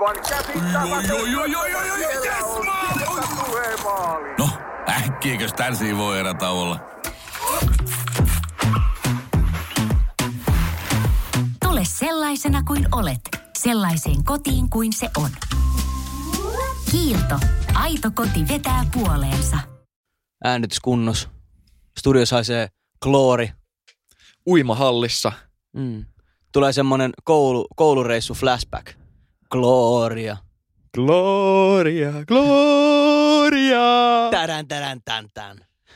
Aivan käsittämätöntä. No, äkkiäkös tän voi erätä olla? Tule sellaisena kuin olet, sellaiseen kotiin kuin se on. Kiilto. Aito koti vetää puoleensa. Äänitys kunnos. Studiossa haisee kloori. Uimahallissa. Tulee semmonen koulureissu flashback. Gloria. Gloria, Gloria. Tän.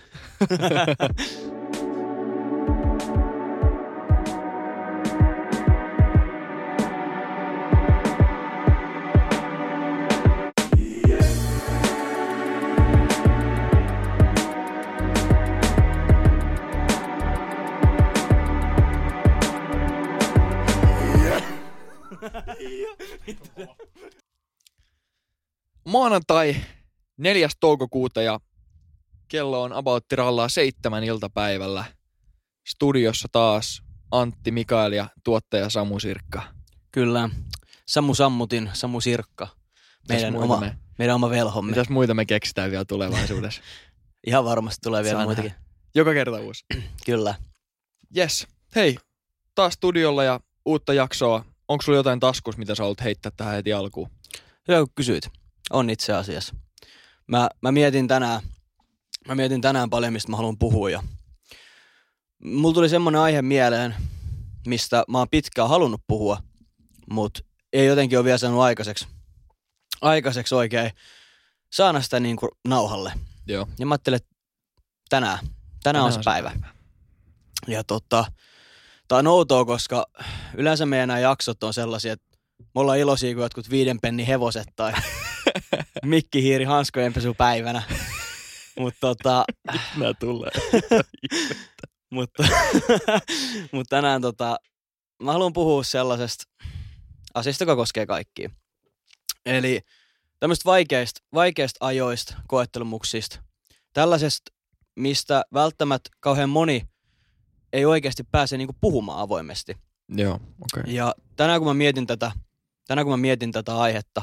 Maanantai 4. toukokuuta ja kello on about tirallaan 7 iltapäivällä. Studiossa taas Antti, Mikael ja tuottaja Samu Sirkka. Kyllä. Samu Sammutin, Samu Sirkka. Meidän oma velhomme. Mitäs muita me keksitään vielä tulevaisuudessa? Ihan varmasti tulee vielä muitakin. Joka kerta uusi. Kyllä. Yes. Hei, taas studiolla ja uutta jaksoa. Onko sulla jotain taskus, mitä sä haluat heittää tähän heti alkuun? Hyvä, kun kysyit. On itse asiassa. Mä mietin tänään paljon, mistä mä haluan puhua. Ja mulla tuli semmoinen aihe mieleen, mistä mä oon pitkään halunnut puhua, mutta ei jotenkin ole vielä saanut aikaiseksi oikein saada sitä niin kuin nauhalle. Joo. Ja mä ajattelin, että tänään on se päivä. Ja tää on outoa, koska yleensä meidän nämä jaksot on sellaisia, että me ollaan iloisia kuin jotkut 5 pennin hevoset tai mikkihiiri hanskojen pesupäivänä. Mutta Nää tulee. Mutta tänään mä haluan puhua sellaisesta asiasta, joka koskee kaikkia. Eli tämmöistä vaikeista ajoista, koettelumuksista. Tällaisesta, mistä välttämättä kauhean moni ei oikeasti pääse niinku puhumaan avoimesti. Joo, okei. Okay. Ja tänään kun mä mietin tätä aihetta,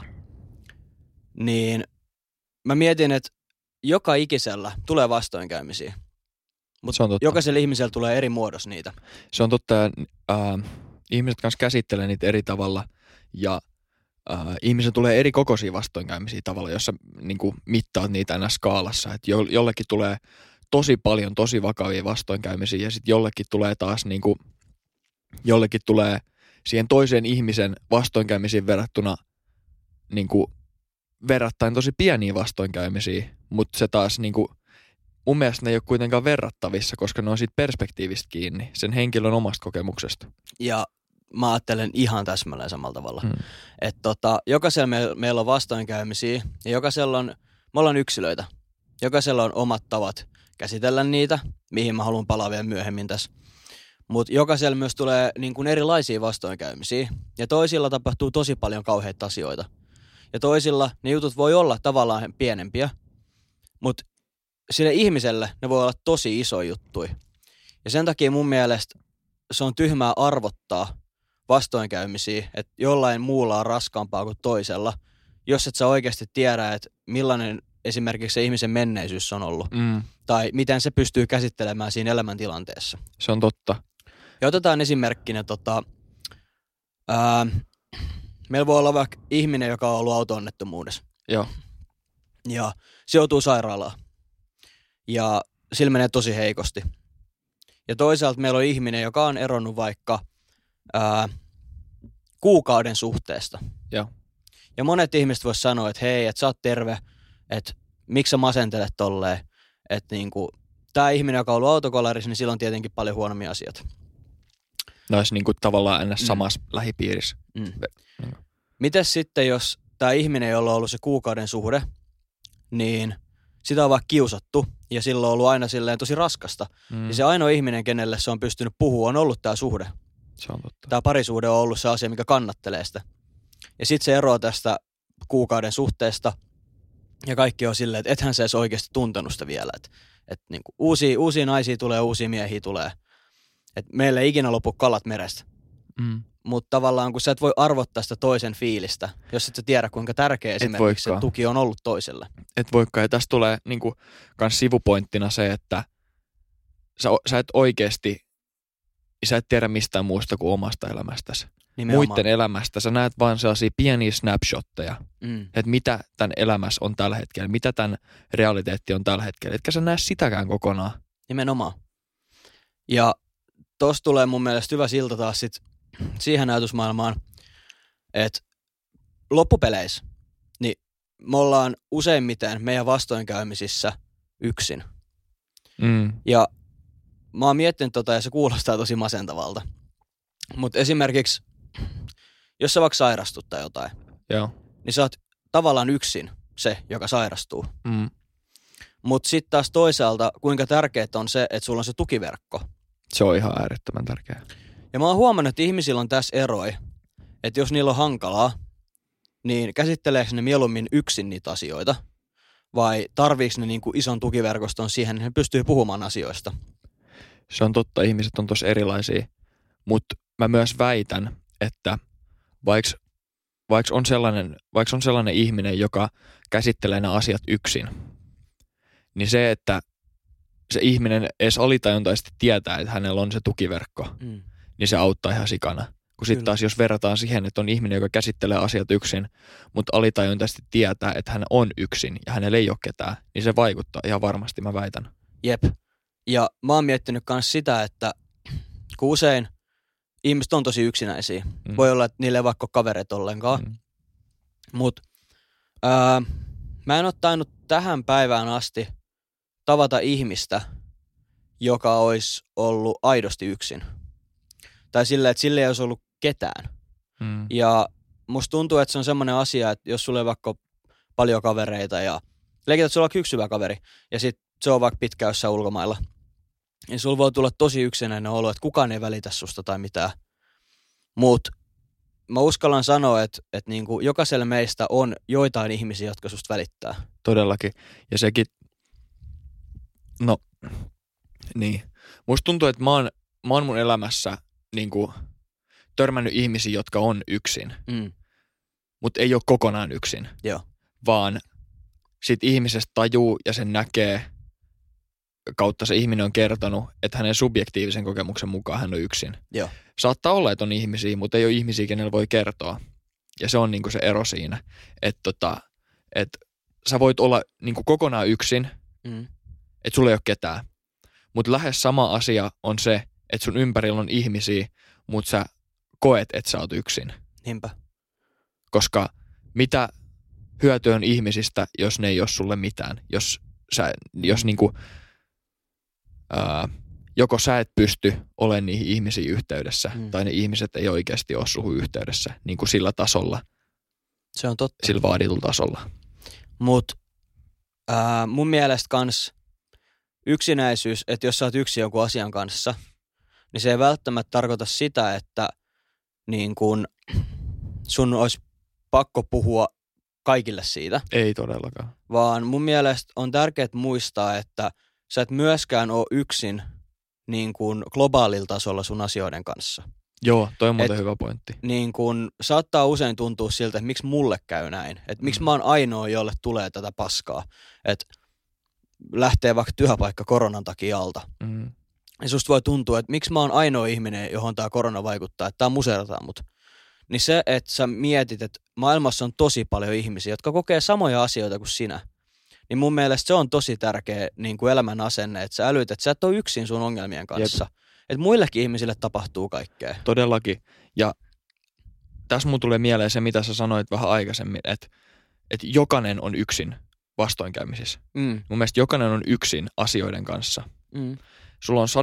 niin mä mietin, että joka ikisellä tulee vastoinkäymisiä. Mutta jokaisella ihmisellä tulee eri muodossa niitä. Se on totta. Ihmiset kanssa käsittelee niitä eri tavalla ja ihmisen tulee eri kokoisia vastoinkäymisiä tavalla, jossa niinku mittaat niitä aina skaalassa. Et jollekin tulee tosi paljon tosi vakavia vastoinkäymisiä ja sitten jollekin tulee taas jollekin tulee siihen toiseen ihmisen vastoinkäymisiin verrattuna verrattain tosi pieniä vastoinkäymisiä, mutta se taas mun mielestä ne ei ole kuitenkaan verrattavissa, koska ne on siitä perspektiivistä kiinni, sen henkilön omasta kokemuksesta. Ja mä ajattelen ihan täsmälleen samalla tavalla. Että jokaisella meillä on vastoinkäymisiä ja me ollaan yksilöitä. Jokaisella on omat tavat käsitellä niitä, mihin mä haluan palaa vielä myöhemmin tässä. Mutta jokaisella myös tulee erilaisia vastoinkäymisiä ja toisilla tapahtuu tosi paljon kauheita asioita. Ja toisilla ne jutut voi olla tavallaan pienempiä, mutta sille ihmiselle ne voi olla tosi isoja juttuja. Ja sen takia mun mielestä se on tyhmää arvottaa vastoinkäymisiä, että jollain muulla on raskaampaa kuin toisella, jos et sä oikeasti tiedä, että millainen esimerkiksi se ihmisen menneisyys on ollut. Tai miten se pystyy käsittelemään siinä elämäntilanteessa. Se on totta. Ja otetaan esimerkkinä, meillä voi olla vaikka ihminen, joka on ollut auto-onnettomuudessa. Joo. Ja se joutuu sairaalaan. Ja sillä menee tosi heikosti. Ja toisaalta meillä on ihminen, joka on eronnut vaikka kuukauden suhteesta. Joo. Ja monet ihmiset vois sanoa, että hei, että sä oot terve, että miksi sä masentelet tolleen. Että tää ihminen, joka on ollut autokolarissa, niin sillä on tietenkin paljon huonomia asioita. Ne olisi tavallaan ns. Samassa lähipiirissä. Mites sitten, jos tämä ihminen, jolla on ollut se kuukauden suhde, niin sitä on vaikka kiusattu ja sillä on ollut aina silleen tosi raskasta. Ja se ainoa ihminen, kenelle se on pystynyt puhua, on ollut tämä suhde. Se on totta. Tämä parisuhde on ollut se asia, mikä kannattelee sitä. Ja sitten se eroaa tästä kuukauden suhteesta ja kaikki on silleen, että ethän sä edes oikeasti tuntenut sitä vielä. Että uusia naisia tulee, uusia miehiä tulee. Että meillä ei ikinä lopu kalat merestä. mutta tavallaan kun sä et voi arvottaa sitä toisen fiilistä, jos et sä tiedä kuinka tärkeä esimerkiksi se tuki on ollut toiselle. Et voikaan. Ja tässä tulee niinku kans sivupointtina se, että sä et oikeesti, sä et tiedä mistään muusta kuin omasta elämästäsi. Nimenomaan. Muiden elämästä. Sä näet vaan sellaisia pieniä snapshotteja, että mitä tämän elämässä on tällä hetkellä, mitä tämän realiteetti on tällä hetkellä. Etkä sä näe sitäkään kokonaan. Nimenomaan. Ja tossa tulee mun mielestä hyvä silta taas sit siihen ajatusmaailmaan, että loppupeleissä niin me ollaan useimmiten meidän vastoinkäymisissä yksin. Ja mä oon miettinyt ja se kuulostaa tosi masentavalta. Mutta esimerkiksi, jos sä vaikka sairastut tai jotain, niin sä oot tavallaan yksin se, joka sairastuu. Mutta sitten taas toisaalta, kuinka tärkeää on se, että sulla on se tukiverkko. Se on ihan äärettömän tärkeää. Ja mä oon huomannut, että ihmisillä on tässä eroja, että jos niillä on hankalaa, niin käsitteleekö ne mieluummin yksin niitä asioita, vai tarviiko ne niinku ison tukiverkoston siihen, että ne pystyy puhumaan asioista? Se on totta, ihmiset on tossa erilaisia, mutta mä myös väitän, että vaikka on sellainen ihminen, joka käsittelee nämä asiat yksin, niin se, että se ihminen edes alitajuntaisesti tietää, että hänellä on se tukiverkko, niin se auttaa ihan sikana. Kun sitten taas jos verrataan siihen, että on ihminen, joka käsittelee asiat yksin, mutta alitajuntaisesti tietää, että hän on yksin ja hänellä ei ole ketään, niin se vaikuttaa ihan varmasti, mä väitän. Jep. Ja mä oon miettinyt myös sitä, että kun usein ihmiset on tosi yksinäisiä. Voi olla, että niillä ei vaikka ole kavereita ollenkaan. Mutta mä en ole tainnut tähän päivään asti tavata ihmistä, joka olisi ollut aidosti yksin. Tai silleen, että sille ei olisi ollut ketään. Ja musta tuntuu, että se on semmoinen asia, että jos sulla on vaikka paljon kavereita ja leikität, että sulla on yksi hyvä kaveri ja sit se on vaikka pitkä jossain ulkomailla, niin sulla voi tulla tosi yksinäinen olo, että kukaan ei välitä susta tai mitään. Mutta mä uskallan sanoa, että niinku jokaiselle meistä on joitain ihmisiä, jotka susta välittää. Todellakin. Ja sekin, no niin. Musta tuntuu, että mä oon mun elämässä niinku törmännyt ihmisiä, jotka on yksin. Mutta ei ole kokonaan yksin. Joo. Vaan sit ihmisestä tajuu ja sen näkee, kautta se ihminen on kertonut, että hänen subjektiivisen kokemuksen mukaan hän on yksin. Joo. Saattaa olla, että on ihmisiä, mutta ei ole ihmisiä, kenellä voi kertoa. Ja se on niinku se ero siinä, että sä voit olla niinku kokonaan yksin, että sulla ei ole ketään. Mutta lähes sama asia on se, että sun ympärillä on ihmisiä, mutta sä koet, että sä oot yksin. Niinpä. Koska mitä hyötyä on ihmisistä, jos ne ei ole sulle mitään. Jos niinku, joko sä et pysty olemaan niihin ihmisiin yhteydessä, tai ne ihmiset ei oikeasti ole suhun yhteydessä niin kuin sillä tasolla. Se on totta. Sillä vaaditulla tasolla. Mut mun mielestä kans yksinäisyys, että jos sä oot yksin jonkun asian kanssa, niin se ei välttämättä tarkoita sitä, että niin kun sun olisi pakko puhua kaikille siitä. Ei todellakaan. Vaan mun mielestä on tärkeää muistaa, että sä et myöskään ole yksin niin kuin globaalilla tasolla sun asioiden kanssa. Joo, toi on muuten hyvä pointti. Niin kuin saattaa usein tuntua siltä, että miksi mulle käy näin. Että miksi mä oon ainoa, jolle tulee tätä paskaa. Että lähtee vaikka työpaikka koronan takia alta. Ja susta voi tuntua, että miksi mä oon ainoa ihminen, johon tää korona vaikuttaa. Että tää musertaa mut. Niin se, että sä mietit, että maailmassa on tosi paljon ihmisiä, jotka kokee samoja asioita kuin sinä. Niin mun mielestä se on tosi tärkeä niin kuin elämän asenne, että sä älyt, että sä et ole yksin sun ongelmien kanssa. Että muillekin ihmisille tapahtuu kaikkea. Todellakin. Ja tässä mun tulee mieleen se, mitä sä sanoit vähän aikaisemmin, että jokainen on yksin vastoinkäymisissä. Mun mielestä jokainen on yksin asioiden kanssa. Sulla on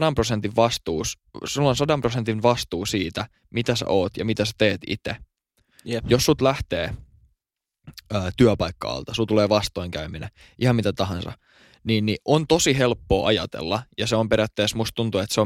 100% vastuu siitä, mitä sä oot ja mitä sä teet itse. Jos sut lähtee työpaikka-alta, sulla tulee vastoinkäyminen, ihan mitä tahansa, niin on tosi helppoa ajatella, ja se on periaatteessa, musta tuntuu, että se on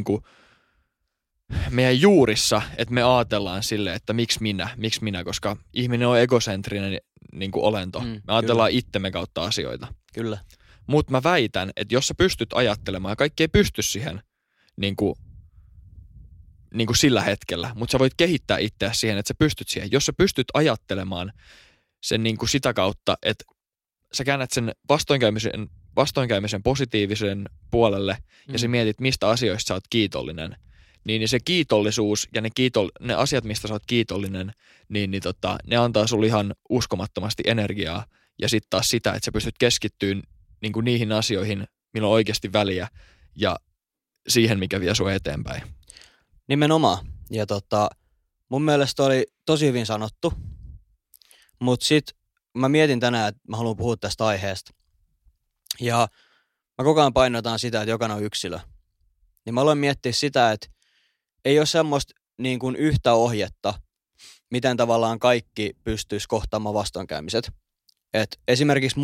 meidän juurissa, että me ajatellaan silleen, että miksi minä, koska ihminen on egocentrinen niinku olento. Me ajatellaan itsemme kautta asioita. Kyllä. Mutta mä väitän, että jos sä pystyt ajattelemaan, ja kaikki ei pysty siihen niinku niin kuin sillä hetkellä, mutta sä voit kehittää itseäsi siihen, että sä pystyt siihen. Jos sä pystyt ajattelemaan sen niin kuin sitä kautta, että sä käännät sen vastoinkäymisen positiivisen puolelle ja sä mietit, mistä asioista sä oot kiitollinen, niin se kiitollisuus ja ne asiat, mistä sä oot kiitollinen, ne antaa sulle ihan uskomattomasti energiaa ja sitten taas sitä, että sä pystyt keskittymään niin kuin niihin asioihin, millä on oikeasti väliä ja siihen, mikä vie sua eteenpäin. Nimenomaan. Ja mun mielestä oli tosi hyvin sanottu, mutta sitten mä mietin tänään, että mä haluan puhua tästä aiheesta. Ja mä koko ajan painotan sitä, että jokainen on yksilö. Niin mä aloin miettiä sitä, että ei ole semmoista niin kuin yhtä ohjetta, miten tavallaan kaikki pystyisi kohtaamaan vastoinkäymiset. Et esimerkiksi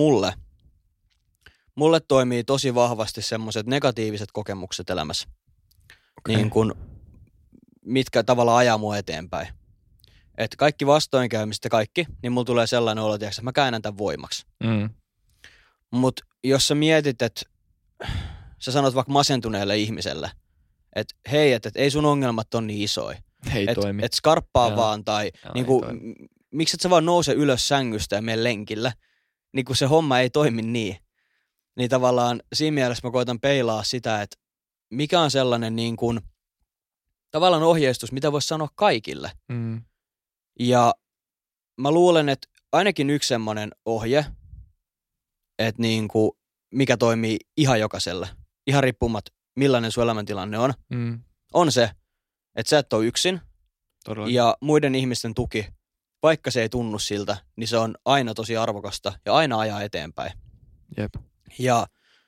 mulle toimii tosi vahvasti semmoiset negatiiviset kokemukset elämässä, niin kuin, mitkä tavallaan ajaa mua eteenpäin. Että kaikki vastoinkäymiset ja kaikki, niin mulla tulee sellainen olo, että mä käännän tämän voimaksi. Mutta jos sä mietit, että sä sanot vaikka masentuneelle ihmiselle, että hei, että ei sun ongelmat on niin isoja. Että skarppaa vaan tai niinku, miksi et sä vaan nouse ylös sängystä ja mene lenkillä, niin kun se homma ei toimi niin. Niin tavallaan siinä mielessä mä koitan peilaa sitä, että mikä on sellainen niin kuin, tavallaan ohjeistus, mitä voisi sanoa kaikille. Ja mä luulen, että ainakin yksi semmoinen ohje, että niin kuin, mikä toimii ihan jokaiselle, ihan riippumatta millainen sun elämäntilanne on se, että sä et ole yksin. Todella. Ja muiden ihmisten tuki, vaikka se ei tunnu siltä, niin se on aina tosi arvokasta ja aina ajaa eteenpäin. Jep. Ja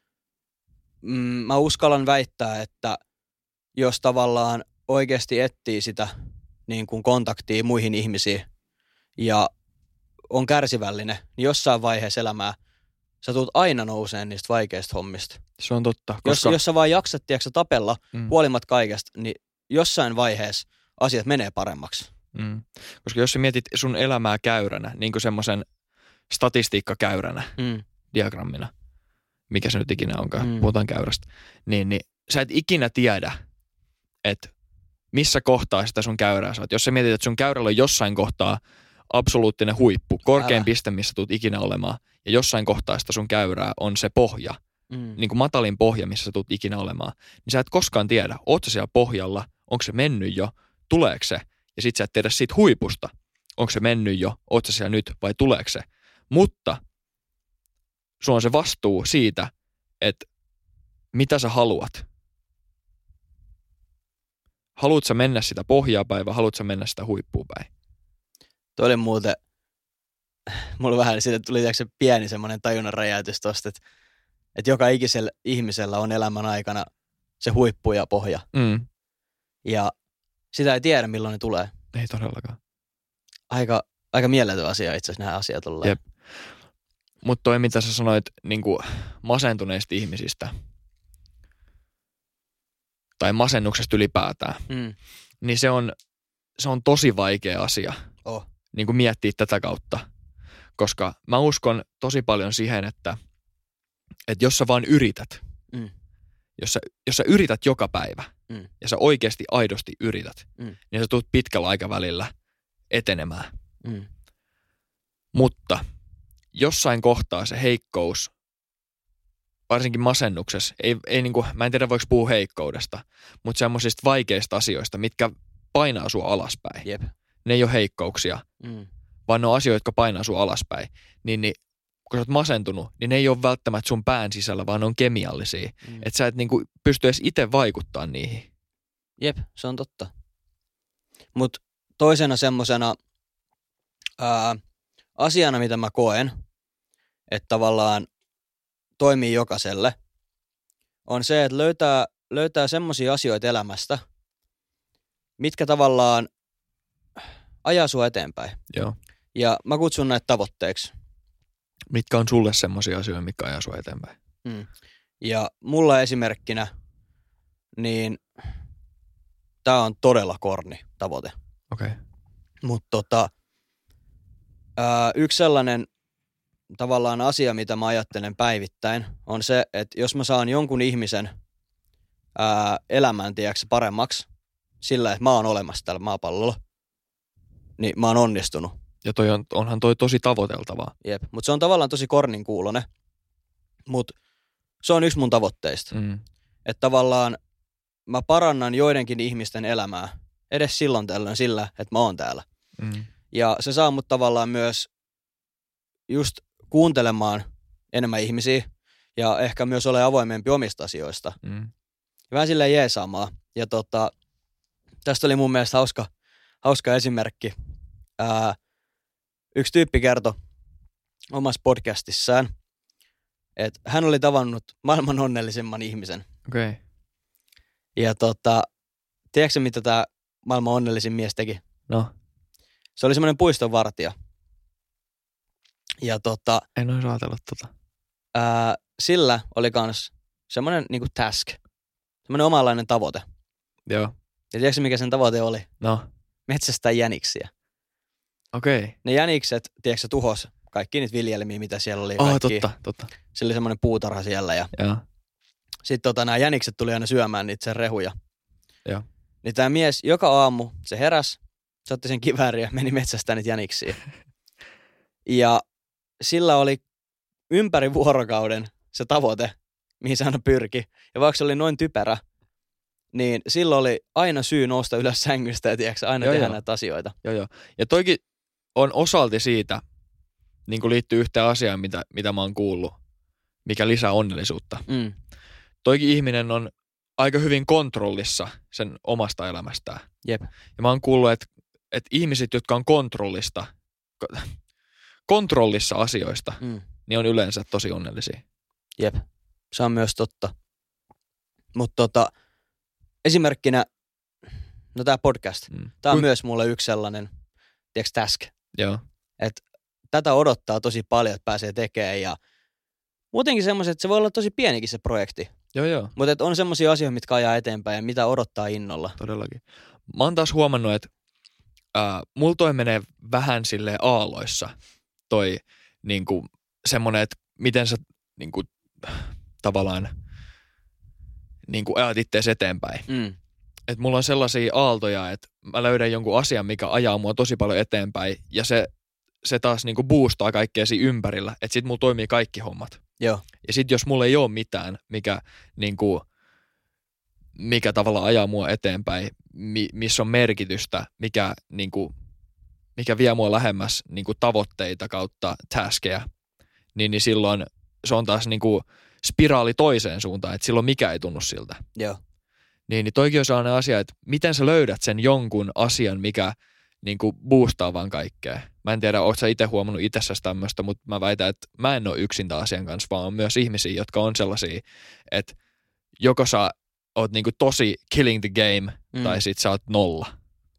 mä uskallan väittää, että jos tavallaan oikeasti etsii sitä niin kuin kontaktia muihin ihmisiin ja on kärsivällinen, niin jossain vaiheessa elämää sä tulet aina nouseen niistä vaikeista hommista. Se on totta. Jos sä vaan jaksat, tiedätkö, tapella huolimatta kaikesta, niin jossain vaiheessa asiat menee paremmaksi. Koska jos sä mietit sun elämää käyränä, niin kuin semmoisen statistiikkakäyränä, diagrammina, mikä se nyt ikinä onkaan, puhutaan käyrästä, niin sä et ikinä tiedä, että missä kohtaa sitä sun käyrää saat. Jos sä mietit, että sun käyrällä on jossain kohtaa absoluuttinen huippu, korkein piste, missä tulet ikinä olemaan, ja jossain kohtaa sitä sun käyrää on se pohja, niin kuin matalin pohja, missä sä tulet ikinä olemaan, niin sä et koskaan tiedä, oot sä siellä pohjalla, onko se mennyt jo, tuleeko se, ja sit sä et tiedä siitä huipusta, onko se mennyt jo, oot sä siellä nyt vai tuleeko se. Mutta sulla on se vastuu siitä, että mitä sä haluat. Haluat sä mennä sitä pohjaa päin vai haluat sä mennä sitä huippua päin? Toi oli muuten, mulla vähän siitä tuli se pieni semmoinen tajunnan räjäytys tosta, että joka ikisellä ihmisellä on elämän aikana se huippu ja pohja. Ja sitä ei tiedä, milloin ne tulee. Ei todellakaan. Aika mieletön asia itse asiassa nämä asiat ollaan. Jep. Mutta toi, mitä sä sanoit niin kuin masentuneista ihmisistä, tai masennuksesta ylipäätään, niin se on tosi vaikea asia niin kuin miettiä tätä kautta. Koska mä uskon tosi paljon siihen, että jos sä vaan yrität, jos sä yrität joka päivä, ja sä oikeasti aidosti yrität, niin sä tulet pitkällä aikavälillä etenemään. Mutta jossain kohtaa se heikkous, varsinkin masennuksessa, ei niin kuin, mä en tiedä voiko puhua heikkoudesta, mutta semmoisista vaikeista asioista, mitkä painaa sua alaspäin. Jep. Ne ei ole heikkouksia, vaan ne on asioita, jotka painaa sua alaspäin. Niin kun sä oot masentunut, niin ne ei ole välttämättä sun pään sisällä, vaan ne on kemiallisia. Että sä et niin kuin pysty edes itse vaikuttaa niihin. Jep, se on totta. Mutta toisena semmosena asiana, mitä mä koen, että tavallaan toimii jokaiselle, on se, että löytää semmosia asioita elämästä, mitkä tavallaan ajaa sua eteenpäin. Joo. Ja mä kutsun näitä tavoitteeksi. Mitkä on sulle semmosia asioita, mitkä ajaa sua eteenpäin? Ja mulla esimerkkinä, niin tää on todella korni tavoite. Okei. Mutta yksi sellainen tavallaan asia, mitä mä ajattelen päivittäin, on se, että jos mä saan jonkun ihmisen elämän, tiedätkö, paremmaksi, sillä, että mä oon olemassa tällä maapallolla, niin mä oon onnistunut. Ja onhan toi tosi tavoiteltavaa. Jep, mutta se on tavallaan tosi kornin kuulonen, mutta se on yksi mun tavoitteista. Että tavallaan mä parannan joidenkin ihmisten elämää edes silloin tällöin sillä, että mä oon täällä. Ja se saa mut tavallaan myös just kuuntelemaan enemmän ihmisiä ja ehkä myös ole avoimempi omista asioista. Vähän silleen jeesaamaan. Ja tästä oli mun mielestä hauska esimerkki. Yksi tyyppi kertoi omassa podcastissaan, että hän oli tavannut maailman onnellisemman ihmisen. Okei. Ja tiedätkö mitä tämä maailman onnellisin mies teki? No. Se oli semmoinen puistonvartija. Ja en olisi ajatellut tota. Sillä oli kans semmoinen niinku task. Semmoinen omanlainen tavoite. Joo. Ja tiedätkö mikä sen tavoite oli? No. Metsästää jäniksiä. Okei. Ne jänikset, tiedätkö tuhos kaikki niitä viljelmiä, mitä siellä oli. Totta. Se oli semmoinen puutarha siellä ja sitten nämä jänikset tuli aina syömään niitä sen rehuja. Joo. Niin tämä mies joka aamu, se heräsi, se otti sen kiväärin ja meni metsästää niitä jäniksiä. Ja sillä oli ympäri vuorokauden se tavoite, mihin se aina pyrki. Ja vaikka se oli noin typerä, niin sillä oli aina syy nousta ylös sängystä ja tiedätkö, aina tehdä näitä asioita. Joo. Ja toikin on osalti siitä, niin kuin liittyy yhteen asiaan, mitä mä oon kuullut, mikä lisää onnellisuutta. Toikin ihminen on aika hyvin kontrollissa sen omasta elämästään. Jep. Ja mä oon kuullut, että ihmiset, jotka on kontrollissa asioista, niin on yleensä tosi onnellisia. Jep, se on myös totta. Mutta esimerkkinä, no tää podcast, tää on myös mulle yksi sellainen, tiedätkö, task. Joo. Että tätä odottaa tosi paljon, että pääsee tekemään ja muutenkin semmoiset, että se voi olla tosi pienikin se projekti. Joo. Mutta on semmoisia asioita, mitkä ajaa eteenpäin ja mitä odottaa innolla. Todellakin. Mä oon taas huomannut, että mulla toi menee vähän silleen aalloissa toi niinku semmonen, että miten sä niinku tavallaan niinku ajat ittees eteenpäin. Että mulla on sellaisia aaltoja, että mä löydän jonkun asian, mikä ajaa mua tosi paljon eteenpäin ja se taas niinku boostaa kaikkea siinä ympärillä, että sit mulla toimii kaikki hommat. Joo. Ja sit jos mulla ei ole mitään, mikä tavallaan ajaa mua eteenpäin, missä on merkitystä, mikä vie mua lähemmäs niinku tavoitteita kautta taskeja, niin silloin se on taas niinku spiraali toiseen suuntaan, että silloin mikä ei tunnu siltä. Joo. Niin toikin on sellainen asia, että miten sä löydät sen jonkun asian, mikä niinku boostaa vaan kaikkea. Mä en tiedä, ootko sä itse huomannut itsessäsi tämmöistä, mutta mä väitän, että mä en ole yksin tämän asian kanssa, vaan on myös ihmisiä, jotka on sellaisia, että joko sä oot niinku tosi killing the game, tai sit sä oot nolla.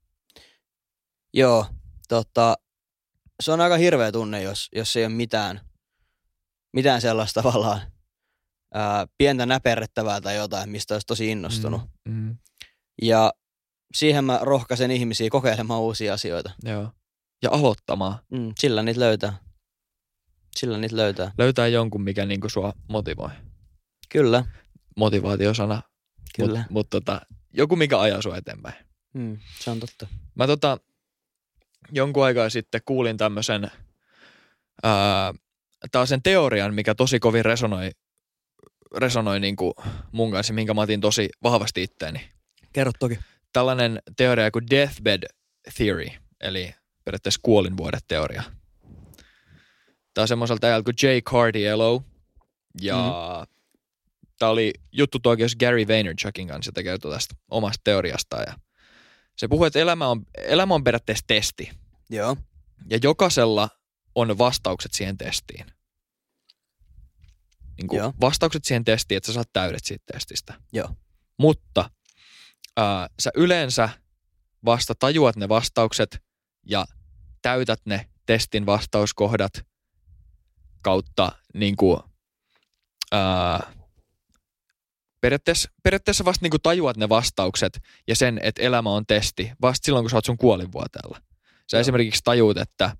Joo, se on aika hirveä tunne, jos ei ole mitään sellaista tavallaan pientä näperrettävää tai jotain, mistä olisi tosi innostunut. Ja siihen mä rohkaisen ihmisiä kokeilemaan uusia asioita. Joo. Ja aloittamaan. Sillä niitä löytää. Löytää jonkun, mikä niinku sua motivoi. Kyllä. Motivaatiosana. Kyllä. Mutta joku, mikä ajaa sua eteenpäin. Se on totta. Mä jonkun aikaa sitten kuulin tämmöisen sen teorian, mikä tosi kovin resonoi niinku mun kanssa, minkä mä otin tosi vahvasti itteeni. Kerro toki. Tällainen teoria kuin deathbed theory, eli periaatteessa kuolinvuodeteoria. Tämä on semmoiselta ajalta kuin J. Cardiello, ja tämä oli juttu oikeus Gary Vaynerchukin kanssa, joka kertoi tästä omasta teoriastaan. Ja se puhui, että elämä on periaatteessa testi. Joo. Ja jokaisella on vastaukset siihen testiin. Vastaukset siihen testiin, että sä saat täydet siitä testistä. Joo. Mutta sä yleensä vasta tajuat ne vastaukset ja täytät ne testin vastauskohdat kautta periaatteessa vasta tajuat ne vastaukset ja sen, että elämä on testi vasta silloin, kun sä oot sun kuolinvuoteella. Sä esimerkiksi tajuut, että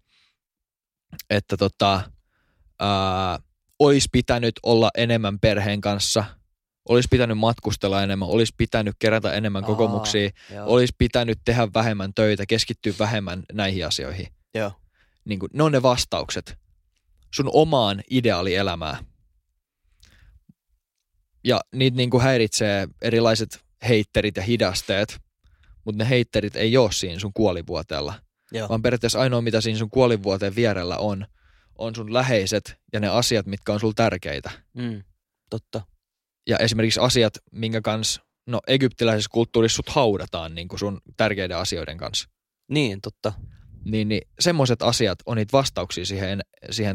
olisi pitänyt olla enemmän perheen kanssa, olisi pitänyt matkustella enemmän, olisi pitänyt kerätä enemmän kokemuksia, olisi pitänyt tehdä vähemmän töitä, keskittyä vähemmän näihin asioihin. Joo. Niin kuin, ne on ne vastaukset sun omaan ideaalielämään. Ja niitä niin kuin häiritsee erilaiset heitterit ja hidasteet, mutta ne heitterit ei ole siinä sun kuolivuoteella. Joo. Vaan periaatteessa ainoa, mitä siinä sun kuolivuoteen vierellä on sun läheiset ja ne asiat, mitkä on sulla tärkeitä. Totta. Ja esimerkiksi asiat, minkä kanssa, egyptiläisessä kulttuurissa sut haudataan niin kuin sun tärkeiden asioiden kanssa. Niin, totta. Niin semmoiset asiat on niitä vastauksia siihen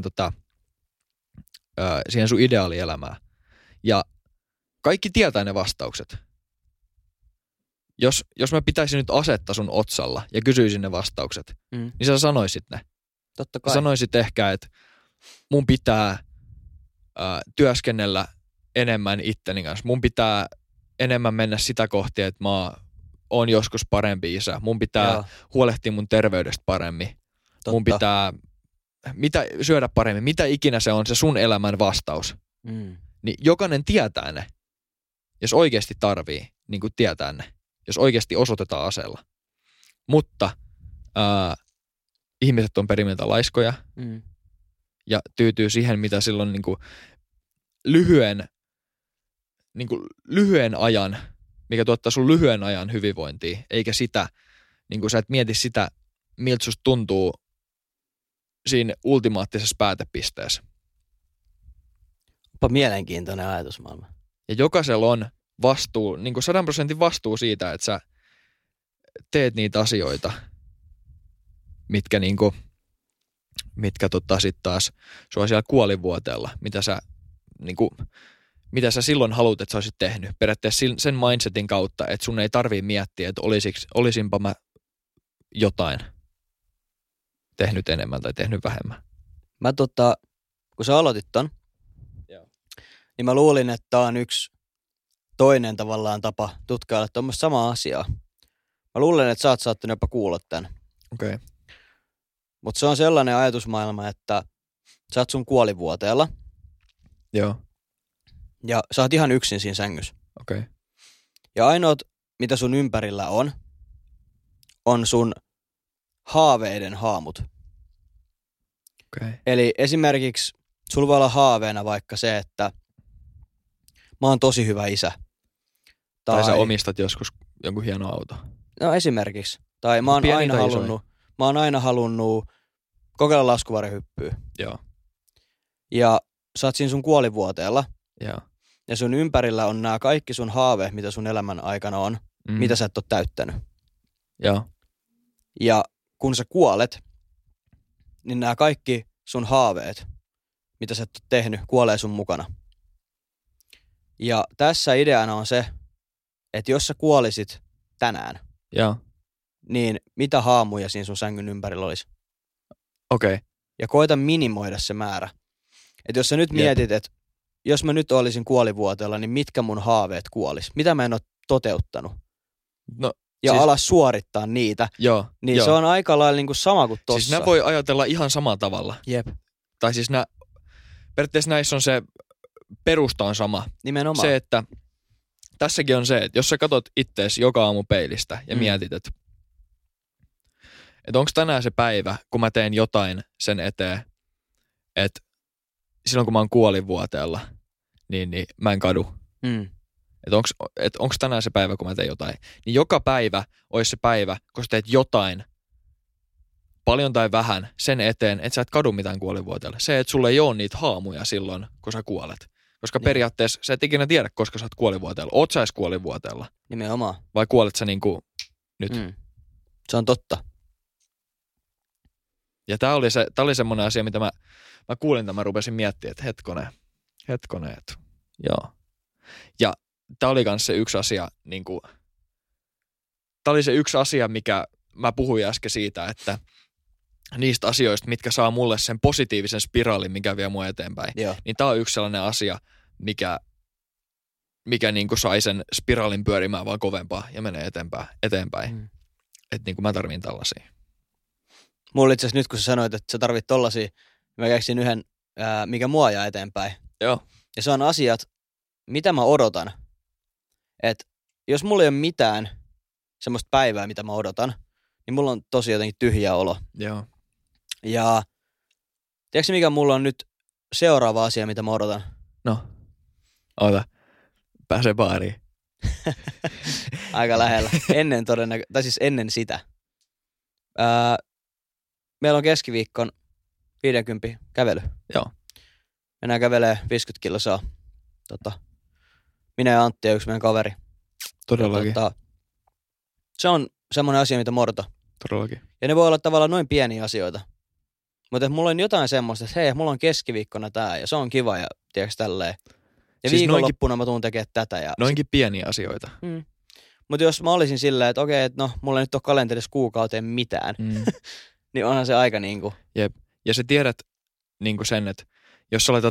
sun ideaalielämään. Ja kaikki tietää ne vastaukset. Jos mä pitäisin nyt asetta sun otsalla ja kysyisin ne vastaukset, niin sä sanoisit ne. Totta kai. Sä sanoisit ehkä, että mun pitää työskennellä enemmän itteni kanssa. Mun pitää enemmän mennä sitä kohti, että mä oon joskus parempi isä. Mun pitää huolehtia mun terveydestä paremmin. Totta. Mun pitää syödä paremmin. Mitä ikinä se on se sun elämän vastaus. Niin jokainen tietää ne, jos oikeasti tarvii niin kuin tietää ne. Jos oikeasti osoitetaan aseella. Mutta ihmiset on perimmiltään laiskoja ja tyytyy siihen, mitä silloin niin kuin lyhyen ajan, mikä tuottaa sun lyhyen ajan hyvinvointia, eikä sitä, niin kuin sä et mieti sitä, miltä susta tuntuu siinä ultimaattisessa päätepisteessä. Onpa mielenkiintoinen ajatusmaailma. Ja jokaisella on vastuu, niin kuin 100% vastuu siitä, että sä teet niitä asioita, mitkä sit taas sua siellä kuolivuoteella, mitä sä silloin haluat, että sä olisit tehnyt. Periaatteessa sen mindsetin kautta, että sun ei tarvii miettiä, että olisinpa mä jotain tehnyt enemmän tai tehnyt vähemmän. Mä kun sä aloitit ton, niin mä luulin, että tää on yksi toinen tavallaan tapa tutkailla tuommoista samaa asiaa. Mä luulen, että sä oot saattanut jopa kuulla tän. Okei. Okay. Mutta se on sellainen ajatusmaailma, että sä oot sun kuolivuoteella. Joo. Ja sä oot ihan yksin siinä sängyssä. Okei. Okay. Ja ainoat, mitä sun ympärillä on sun haaveiden haamut. Okay. Eli esimerkiksi sulla voi olla haaveena vaikka se, että mä oon tosi hyvä isä. Tai sä omistat joskus jonkun hieno auto. No esimerkiksi. Tai mä oon aina halunnut kokeilla laskuvarjohyppyä. Joo. Ja sä oot siinä sun kuolivuoteella. Joo. Ja sun ympärillä on nämä kaikki sun haaveet, mitä sun elämän aikana on, mitä sä et ole täyttänyt. Joo. Ja kun sä kuolet, niin nämä kaikki sun haaveet, mitä sä et ole tehnyt, kuolee sun mukana. Ja tässä ideana on se, että jos sä kuolisit tänään, niin mitä haamuja siinä sun sängyn ympärillä olisi? Okei. Okay. Ja koita minimoida se määrä. Että jos sä nyt mietit, että jos mä nyt olisin kuolivuoteella, niin mitkä mun haaveet kuolis? Mitä mä en ole toteuttanut? No, ja siis alas suorittaa niitä. Niin se on aika lailla niin kuin sama kuin tossa. Siis nämä voi ajatella ihan samalla tavalla. Jep. Tai siis periaatteessa näissä on se perusta on sama. Nimenomaan. Se, että tässäkin on se, että jos sä katot ittees joka aamu peilistä ja mietit, että onko tänään se päivä, kun mä teen jotain sen eteen, että silloin kun mä oon kuolivuoteella, niin mä en kadu. Että onko tänään se päivä, kun mä teen jotain. Niin joka päivä olisi se päivä, kun sä teet jotain, paljon tai vähän, sen eteen, että sä et kadu mitään kuolivuoteella. Se, että sulla ei ole niitä haamuja silloin, kun sä kuolet. Koska periaatteessa sä et ikinä tiedä, koska sä oot kuolivuoteella. Oot sä edes kuolivuoteella? Nimenomaan. Vai kuolet sä niinku nyt? Se on totta. Ja tää oli semmoinen asia, mitä mä kuulin, mä rupesin miettimään, että hetkonen, että joo. Ja tää oli kans se yksi asia, niinku, tää oli se yksi asia, mikä mä puhuin äsken siitä, että niistä asioista, mitkä saa mulle sen positiivisen spiraalin, mikä vie mua eteenpäin. Joo. Niin tää on yksi sellainen asia, mikä niinku sai sen spiraalin pyörimään vaan kovempaa ja menee eteenpäin. Että niinku mä tarvin tällaisia. Mulla itse asiassa nyt, kun sä sanoit, että sä tarvit tollasia, mä keksin yhden, mikä mua ajaa eteenpäin. Joo. Ja se on asiat, mitä mä odotan. Että jos mulla ei ole mitään semmoista päivää, mitä mä odotan, niin mulla on tosi jotenkin tyhjä olo. Joo. Ja tiedätkö mikä mulla on nyt seuraava asia, mitä mä odotan? No, oota. Pääse baariin. Aika lähellä. Ennen sitä. Meillä on keskiviikkon 50 kävely. Joo. Mennään kävelee 50 kilsaa. Minä ja Antti ja yksi meidän kaveri. Todellakin. Se on semmoinen asia, mitä mä odotan. Todellakin. Ja ne voi olla tavallaan noin pieniä asioita. Mutta mulla on jotain semmoista, että hei, mulla on keskiviikkona tää ja se on kiva ja tiedätkö tälleen. Ja siis viikonloppuna mä tuun tekemään tätä. Ja noinkin pieniä asioita. Mutta jos mä olisin silleen, että okei, että no, mulla ei nyt ole kalenterissa kuukauteen mitään, niin onhan se aika niinku. Jep. Ja sä tiedät niinku sen, että jos sä laitat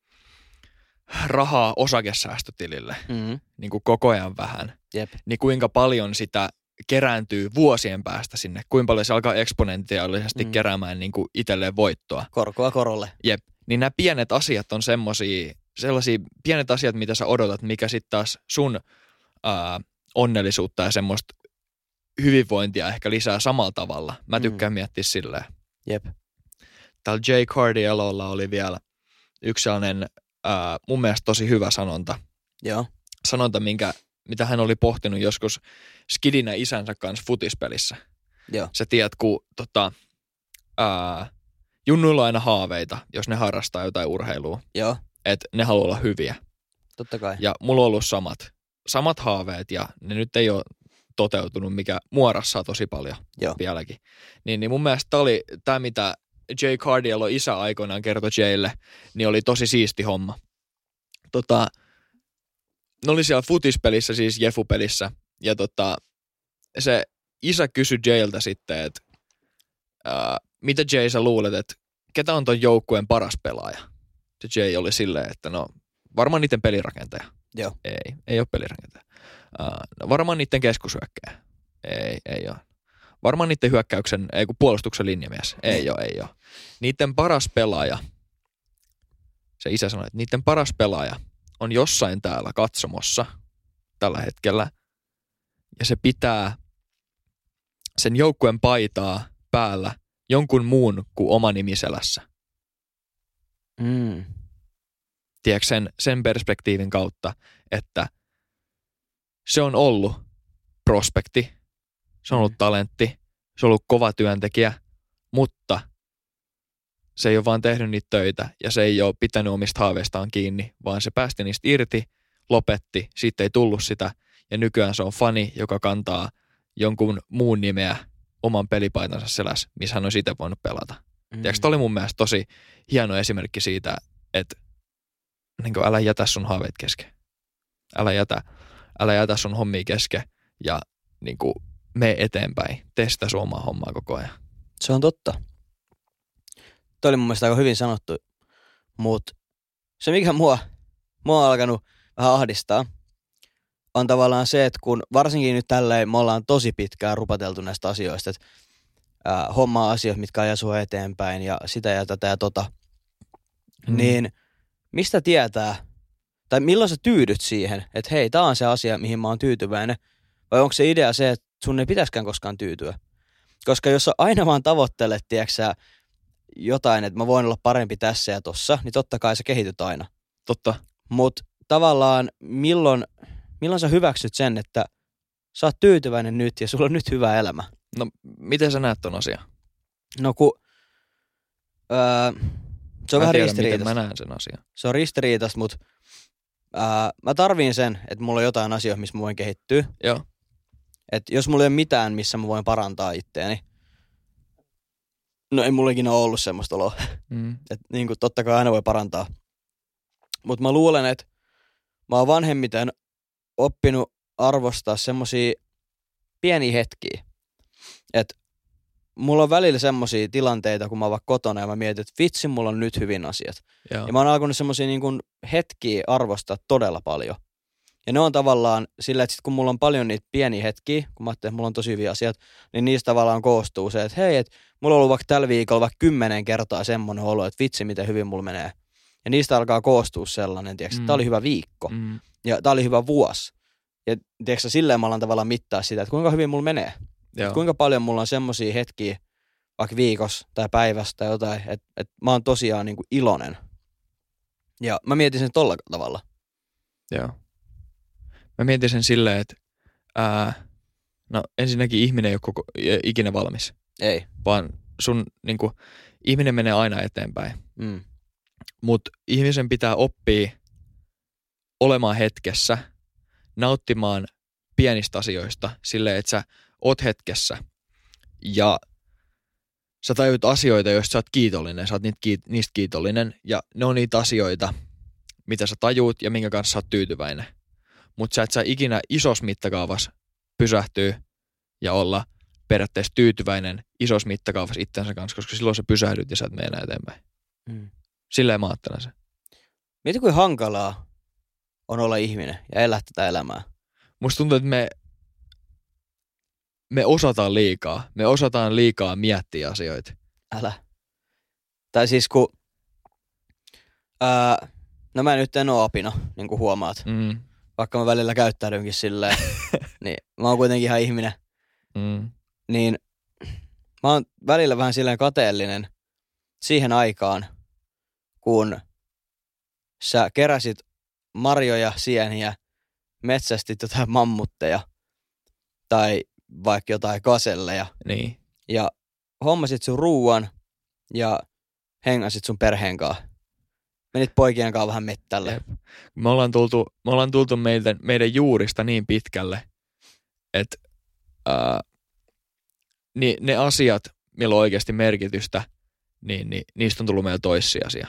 rahaa osakesäästötilille niinku koko ajan vähän, Jep. niin kuinka paljon sitä kerääntyy vuosien päästä sinne, kuinka paljon se alkaa eksponentiaalisesti keräämään niinku itselleen voittoa. Korkoa korolle. Jep. Niin nämä pienet asiat on sellaisia pienet asiat, mitä sä odotat, mikä sitten taas sun onnellisuutta ja semmoista hyvinvointia ehkä lisää samalla tavalla. Mä tykkään miettiä silleen. Jep. Täällä Jay Cardiellolla oli vielä yksi sellainen mun mielestä tosi hyvä sanonta. Joo. Sanonta, mitä hän oli pohtinut joskus skidinä isänsä kanssa futispelissä. Joo. Sä tiedät, kun junnuilla on aina haaveita, jos ne harrastaa jotain urheilua. Joo. Että ne haluaa olla hyviä. Totta kai. Ja mulla on ollut samat haaveet ja ne nyt ei ole toteutunut, mikä mua rassaa tosi paljon vieläkin. Niin mun mielestä tämä, mitä Jay Cardiello isä aikoinaan kertoi Jaylle, niin oli tosi siisti homma. Ne oli siellä futispelissä, siis Jefu-pelissä, ja se isä kysyi Jayltä sitten, että mitä Jay sä luulet, että ketä on ton joukkueen paras pelaaja? Se Jay oli silleen, että no varmaan niiden pelirakentaja. Joo. Ei ole pelirakentaja. No, varmaan niiden keskushyökkäjä. Ei ole. Varmaan niiden puolustuksen linjamies. Ei ole. Niiden paras pelaaja, se isä sanoi, että niiden paras pelaaja on jossain täällä katsomossa tällä hetkellä. Ja se pitää sen joukkueen paitaa päällä jonkun muun kuin oma nimiselässä. Tiedätkö sen perspektiivin kautta, että se on ollut prospekti, se on ollut talentti, se on ollut kova työntekijä, mutta se ei ole vaan tehnyt niitä töitä ja se ei ole pitänyt omista haaveistaan kiinni, vaan se päästi niistä irti, lopetti, siitä ei tullut sitä ja nykyään se on fani, joka kantaa jonkun muun nimeä oman pelipaitansa selässä, missä hän on itse voinut pelata. Tiedätkö, tämä oli mun mielestä tosi hieno esimerkki siitä, että niin kuin, älä jätä sun haaveet kesken. Älä jätä sun hommia kesken ja niin kuin, mene eteenpäin. Tee sitä sun omaa hommaa koko ajan. Se on totta. Toi oli mun mielestä aika hyvin sanottu, mutta se mikä mua on alkanut vähän ahdistaa, on tavallaan se, että kun varsinkin nyt tälleen me ollaan tosi pitkään rupateltu näistä asioista, että hommaa asioita, mitkä ajaa sua eteenpäin ja sitä ja tätä ja tota, niin mistä tietää, tai milloin sä tyydyt siihen, että hei, tää on se asia, mihin mä oon tyytyväinen, vai onko se idea se, että sun ei pitäisikään koskaan tyytyä? Koska jos sä aina vaan tavoittelet, tiedätkö jotain, että mä voin olla parempi tässä ja tossa, niin totta kai sä kehityt aina. Totta. Mut tavallaan milloin sä hyväksyt sen, että sä oot tyytyväinen nyt ja sulla on nyt hyvä elämä? No, miten sä näet ton asian? No kun se on vähän ristiriitaista. Miten mä näen sen asian. Se on ristiriitaista, mutta mä tarviin sen, että mulla on jotain asioita, missä mä voin kehittyä. Joo. Että jos mulla ei ole mitään, missä mä voin parantaa itteeni, no ei mulla ikinä ole ollut semmoista oloa. Että niin kuin totta kai aina voi parantaa. Mutta mä luulen, että mä oon vanhemmiten oppinut arvostaa semmosia pieniä hetkiä. Että mulla on välillä semmosia tilanteita, kun mä oon vaikka kotona ja mä mietin, että vitsi, mulla on nyt hyvin asiat. Joo. Ja mä oon alkanut semmosia niin kuin hetkiä arvostaa todella paljon. Ja ne on tavallaan sillä, että sit kun mulla on paljon niitä pieniä hetkiä, kun mä ajattelin, että mulla on tosi hyviä asiat, niin niistä tavallaan koostuu se, että hei, että mulla on ollut vaikka tällä viikolla vaikka 10 kertaa semmoinen olo, että vitsi, miten hyvin mulla menee. Ja niistä alkaa koostua sellainen, tiedätkö, että tää oli hyvä viikko. Ja tää oli hyvä vuosi. Ja tiedätkö, silleen mä alan tavallaan mittaa sitä, että kuinka hyvin mulla menee. Että kuinka paljon mulla on semmosia hetkiä, vaikka viikossa tai päivässä tai jotain, että mä oon tosiaan niin kuin iloinen. Ja mä mietin sen tolla tavalla. Joo. Mä mietin sen silleen, että no ensinnäkin ihminen ei ole ikinä valmis. Ei. Vaan sun niinku, ihminen menee aina eteenpäin. Mutta ihmisen pitää oppia olemaan hetkessä, nauttimaan pienistä asioista silleen, että sä oot hetkessä ja sä tajut asioita, joista sä oot kiitollinen, sä oot niistä kiitollinen ja ne on niitä asioita, mitä sä tajuut ja minkä kanssa sä oot tyytyväinen. Mutta sä et sä ikinä isossa mittakaavassa pysähtyä ja olla periaatteessa tyytyväinen isossa mittakaavassa itsensä kanssa, koska silloin sä pysähdyt ja sä et mene enää eteenpäin. Silleen mä ajattelen sen. Mieti kuin hankalaa on olla ihminen ja elää tätä elämää. Musta tuntuu, että me osataan liikaa. Me osataan liikaa miettiä asioita. Älä. Tai siis kun, no mä nyt en oo apina, niin kuin huomaat. Vaikka mä välillä käyttäydynkin silleen, niin mä oon kuitenkin ihan ihminen. Niin mä oon välillä vähän silleen kateellinen siihen aikaan, kun sä keräsit marjoja, sieniä, metsästit jotain mammutteja tai vaikka jotain kaselleja. Niin. Ja hommasit sun ruuan ja hengasit sun perheen kanssa. Menit poikien kanssa vähän mettälle. Me ollaan tultu meidän juurista niin pitkälle, että ne asiat, millä on oikeasti merkitystä, niin niistä on tullut meillä toissijaisia.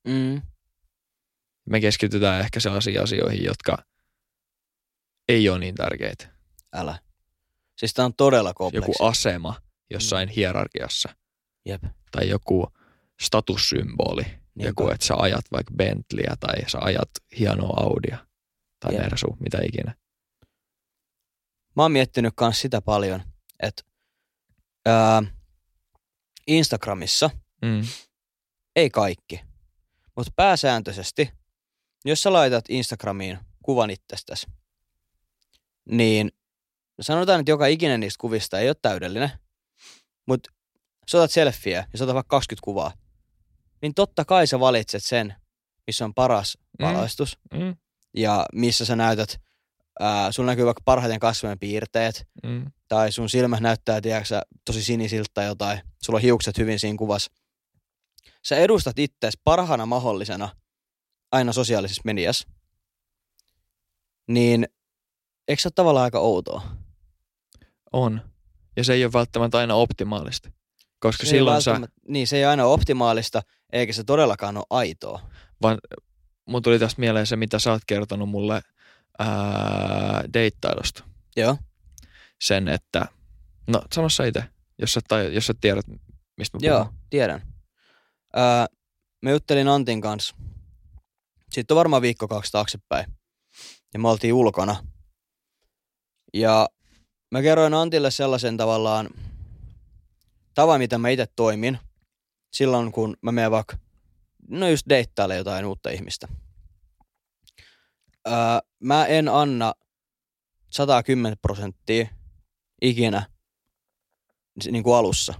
Me keskitytään ehkä sellaisiin asioihin, jotka ei ole niin tärkeitä. Älä. Siis tää on todella kompleksi. Joku asema jossain hierarkiassa. Jep. Tai joku statussymboli. Niinpä. Joku, että sä ajat vaikka Bentleyä tai sä ajat hienoa Audia tai Mersu, mitä ikinä. Mä oon miettinyt kans sitä paljon, että Instagramissa ei kaikki, mutta pääsääntöisesti, jos sä laitat Instagramiin kuvan itsestäsi, niin sanotaan, että joka ikinen niistä kuvista ei ole täydellinen, mutta sä otat selfieä ja sä otat vaikka 20 kuvaa, niin totta kai sä valitset sen, missä on paras valaistus ja missä sä näytät, sulla näkyy vaikka parhaiten kasvojen piirteet tai sun silmät näyttää, tiedätkö, tosi sinisiltä tai jotain, sulla on hiukset hyvin siinä kuvassa. Sä edustat itseäsi parhaana mahdollisena aina sosiaalisessa mediassa, niin eikö se ole tavallaan aika outoa? On. Ja se ei ole välttämättä aina optimaalista. Koska silloin niin, se ei aina ole optimaalista, eikä se todellakaan ole aitoa. Vaan mun tuli tästä mieleen se, mitä sä oot kertonut mulle deittailusta. Joo. Sen, että, no samassa itse, jos sä tiedät, mistä mä puhun. Joo, tiedän. Mä juttelin Antin kanssa. Sitten on varmaan 1-2 taaksepäin. Ja me oltiin ulkona. Ja mä kerroin Antille sellaisen tavallaan tavan, mitä mä itse toimin. Silloin, kun mä menen vaikka, no just deittaille jotain uutta ihmistä. Mä en anna 110% ikinä niin kuin alussa.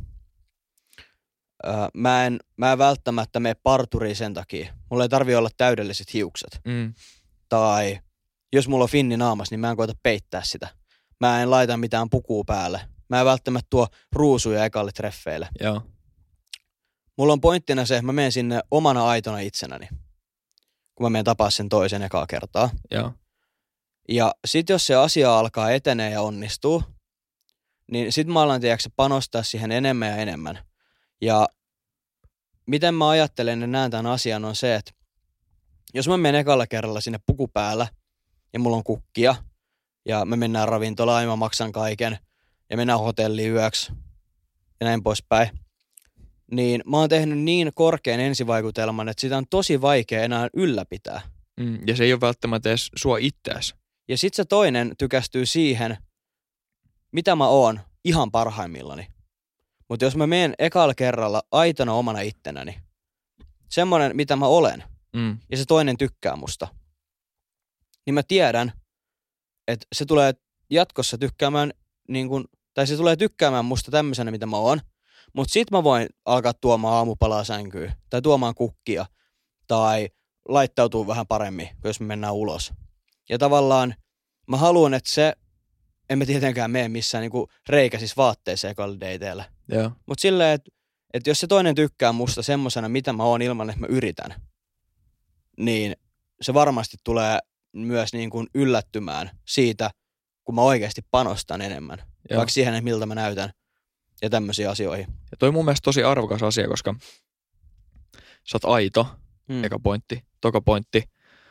Mä en välttämättä mene parturiin sen takia. Mulla ei tarvitse olla täydelliset hiukset. Tai jos mulla on finni naamas, niin mä en koeta peittää sitä. Mä en laita mitään pukua päälle. Mä en välttämättä tuo ruusuja ekalle treffeille. Joo. Mulla on pointtina se, että mä menen sinne omana aitona itsenäni. Kun mä menen tapaa sen toisen ekaa kertaa. Joo. Ja sit jos se asia alkaa etenee ja onnistuu, niin sit mä alan panostaa siihen enemmän ja enemmän. Ja miten mä ajattelen ja näen tämän asian on se, että jos mä menen ekalla kerralla sinne puku päällä ja mulla on kukkia ja me mennään ravintolaan ja mä maksan kaiken ja mennään hotelliin yöksi ja näin poispäin, niin mä oon tehnyt niin korkean ensivaikutelman, että sitä on tosi vaikea enää ylläpitää. Ja se ei ole välttämättä edes sua itseäsi. Ja sit se toinen tykästyy siihen, mitä mä oon ihan parhaimmillani. Mutta jos mä menen ekalla kerralla aitona omana ittenäni, semmoinen mitä mä olen, ja se toinen tykkää musta, niin mä tiedän, että se tulee jatkossa tykkäämään, niin kun, tai se tulee tykkäämään musta tämmöisenä, mitä mä oon, mutta sit mä voin alkaa tuomaan aamupalaa sänkyyn, tai tuomaan kukkia, tai laittautuu vähän paremmin, jos me mennään ulos. Ja tavallaan mä haluan, että se, en mä tietenkään mene missään niinku reikäisissä vaatteissa ekalla dateilla. Mutta silleen, että jos se toinen tykkää musta semmosena, mitä mä oon ilman, että mä yritän, niin se varmasti tulee myös niin kuin yllättymään siitä, kun mä oikeasti panostan enemmän. Joo. Vaikka siihen, että miltä mä näytän ja tämmöisiä asioihin. Ja toi on mun mielestä tosi arvokas asia, koska sä oot aito, eka pointti, toka pointti.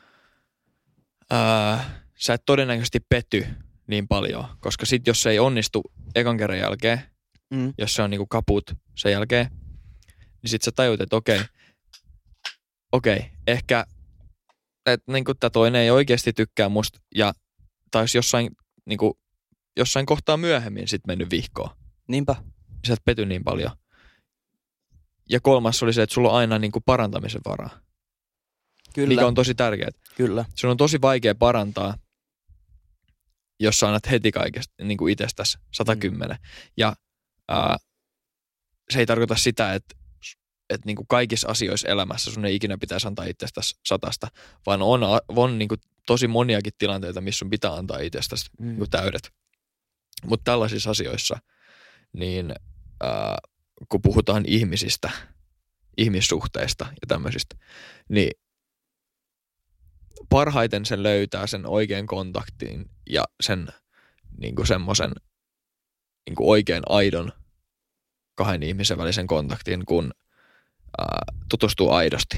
Sä et todennäköisesti petty niin paljon, koska sit jos se ei onnistu ekan kerran jälkeen, jos se on niinku kaput sen jälkeen, niin sit sä tajut, että okei, ehkä että niinku tää toinen ei oikeasti tykkää musta ja taisi jossain kohtaa myöhemmin sit mennyt vihkoon. Niinpä. Sä et pety niin paljon. Ja kolmas oli se, että sulla on aina niinku parantamisen varaa. Kyllä. Mikä on tosi tärkeää. Kyllä. Sun on tosi vaikea parantaa, jos sä annat heti kaikesta niinku itsestäsi 110. Ja se ei tarkoita sitä, että niinku kaikissa asioissa elämässä sun ei ikinä pitäisi antaa itsestäsi 100, vaan on niinku tosi moniakin tilanteita, missä sun pitää antaa itsestäsi niinku täydet. Mutta tällaisissa asioissa, niin kun puhutaan ihmisistä, ihmissuhteista ja tämmöisistä, niin parhaiten sen löytää sen oikean kontaktin ja sen niinku semmoisen niinku oikein aidon kahden ihmisen välisen kontaktin, kun tutustuu aidosti.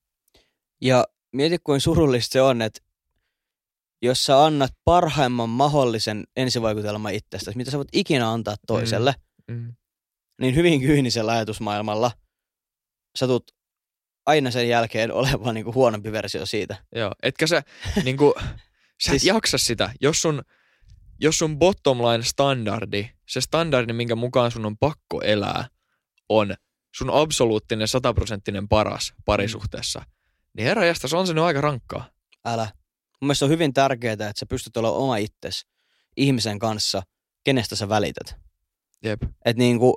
Ja mieti, kuin surullista se on, että jos sä annat parhaimman mahdollisen ensivaikutelman itsestäsi, mitä sä voit ikinä antaa toiselle, niin hyvin kyynisellä ajatusmaailmalla sä tulet aina sen jälkeen olevan niinku huonompi versio siitä. Joo, etkä sä niinku, sä et jaksa sitä, jos sun bottom line standardi, se standardi, minkä mukaan sun on pakko elää, on sun absoluuttinen 100% paras parisuhteessa, niin herranjestas, se on se nyt aika rankkaa. Älä. Mun mielestä on hyvin tärkeää, että sä pystyt olemaan oma itsesi ihmisen kanssa, kenestä sä välität. Jep. Että niinku,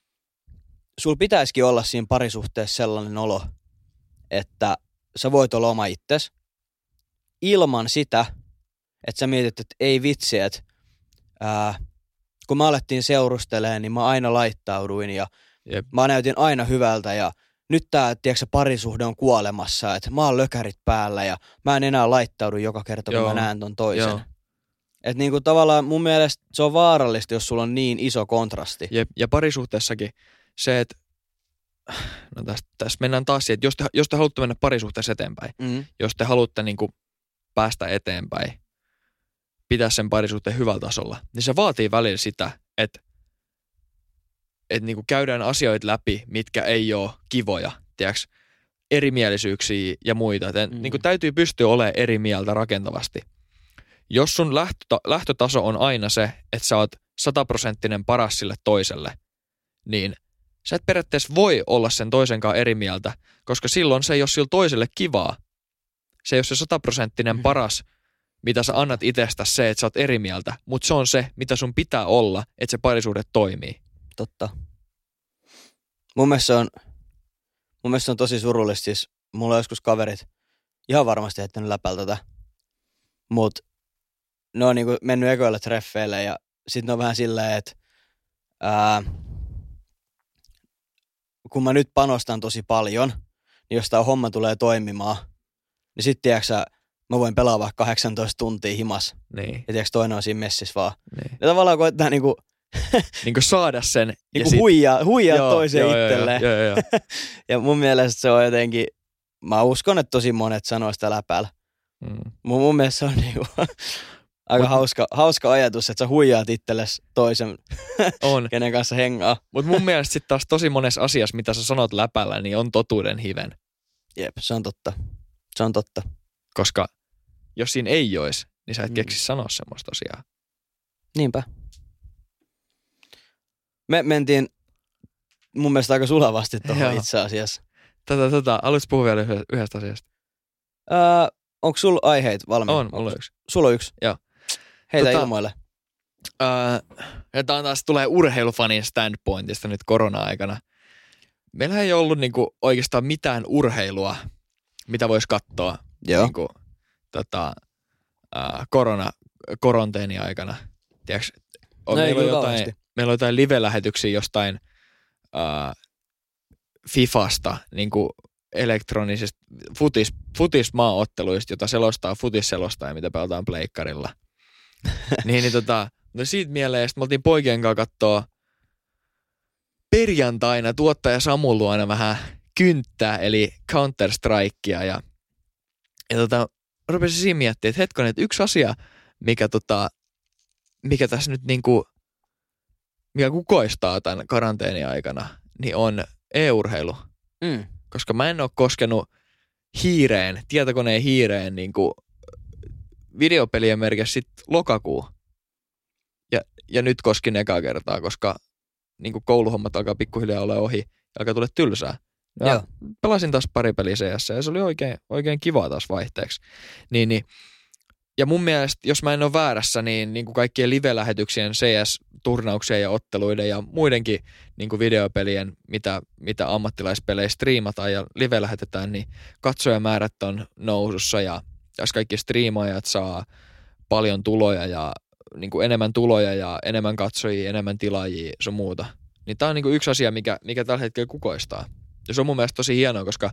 sul pitäisikin olla siinä parisuhteessa sellainen olo, että sä voit olla oma itsesi ilman sitä, että sä mietit, että ei vitsi, että kun me alettiin seurustelemaan, niin mä aina laittauduin ja mä näytin aina hyvältä ja nyt tää, tiedätkö, parisuhde on kuolemassa, että mä oon lökärit päällä ja mä en enää laittaudu joka kerta, kun mä näen ton toisen. Että niinku tavallaan mun mielestä se on vaarallista, jos sulla on niin iso kontrasti. Jep. Ja parisuhteessakin se, että no tässä mennään taas siihen, että jos te haluatte mennä parisuhteessa eteenpäin, jos te haluatte niinku päästä eteenpäin, pitää sen parisuhteen hyvällä tasolla, niin se vaatii välillä sitä, että niinku käydään asioita läpi, mitkä ei ole kivoja, tiedätkö, erimielisyyksiä ja muita. Niinku täytyy pystyä olemaan eri mieltä rakentavasti. Jos sun lähtötaso on aina se, että sä oot 100% paras sille toiselle, niin sä et periaatteessa voi olla sen toisenkaan eri mieltä, koska silloin se ei ole sille toiselle kivaa. Se ei ole se 100% paras, mitä sä annat itsestäsi se, että sä oot eri mieltä, mutta se on se, mitä sun pitää olla, että se parisuhde toimii. Totta. Mun mielestä se on tosi surullista. Siis mulla on joskus kaverit ihan varmasti heittänyt läpällä tätä, mutta ne on niinku mennyt ekoille treffeille ja sit ne on vähän silleen, että kun mä nyt panostan tosi paljon, niin jos tää homma tulee toimimaan, niin sit tiedätkö mä voin pelaa vaikka 18 tuntia himas. Niin. Ja tiedätkö toinen on siinä messissä vaan. Niin. Ja tavallaan koittaa niinku niinku saada sen. Niinku huijaa toiseen itselleen. Joo. Ja mun mielestä se on jotenkin, mä uskon, että tosi monet sanoo sitä läpällä. Mun mielestä se on niinku aika hauska ajatus, että sä huijaat itsellesi toisen, kenen kanssa hengaa. Mutta mun mielestä sitten taas tosi monessa asiassa, mitä sä sanot läpällä, niin on totuuden hiven. Jep, se on totta. Koska jos siinä ei olisi, niin sä et keksi sanoa semmoista asiaa. Niinpä. Me mentiin mun mielestä aika sulavasti tuohon itse asiassa. Haluatko puhua vielä yhdestä asiasta? Onko sulla aiheita valmiina? On, mulla on yksi. Sulla on yksi? Joo. Heitä ilmoille. Tämä taas tulee urheilufanin standpointista nyt korona-aikana. Meillä ei ollut niinku oikeastaan mitään urheilua, mitä voisi katsoa niinku, koronteeni-aikana. Tiedätkö, meillä on jotain live-lähetyksiä jostain Fifasta, niinku elektronisista futismaaotteluista, jota selostaa futisselostaja, mitä pelataan pleikkarilla. No siitä mieleen, me oltiin poikien kanssa katsoa perjantaina tuottaja Samu luona vähän kynttää, eli Counter-Strikea, ja rupesin siinä miettimään, että hetkonen, että yksi asia, mikä tässä nyt niinku, mikä kukoistaa tämän karanteenin aikana, niin on e-urheilu. Koska mä en ole koskenut tietokoneen hiireen niinku videopelien merkissä sit lokakuu. Ja nyt koskin ekaa kertaa, koska niinku kouluhommat alkaa pikkuhiljaa olla ohi ja alkaa tulla tylsää. Ja pelasin taas pari peliä CS ja se oli oikein kiva taas vaihteeksi. Ja mun mielestä, jos mä en ole väärässä, niin kuin kaikkien live-lähetyksien CS-turnauksien ja otteluiden ja muidenkin niin kuin videopelien, mitä ammattilaispelejä striimataan ja live-lähetetään, niin katsojamäärät on nousussa ja jos kaikki striimaajat saa paljon tuloja ja niin kuin enemmän tuloja ja enemmän katsojia, enemmän tilaajia, sun muuta. Niin tää on niin kuin yksi asia, mikä tällä hetkellä kukoistaa. Ja se on mun mielestä tosi hienoa, koska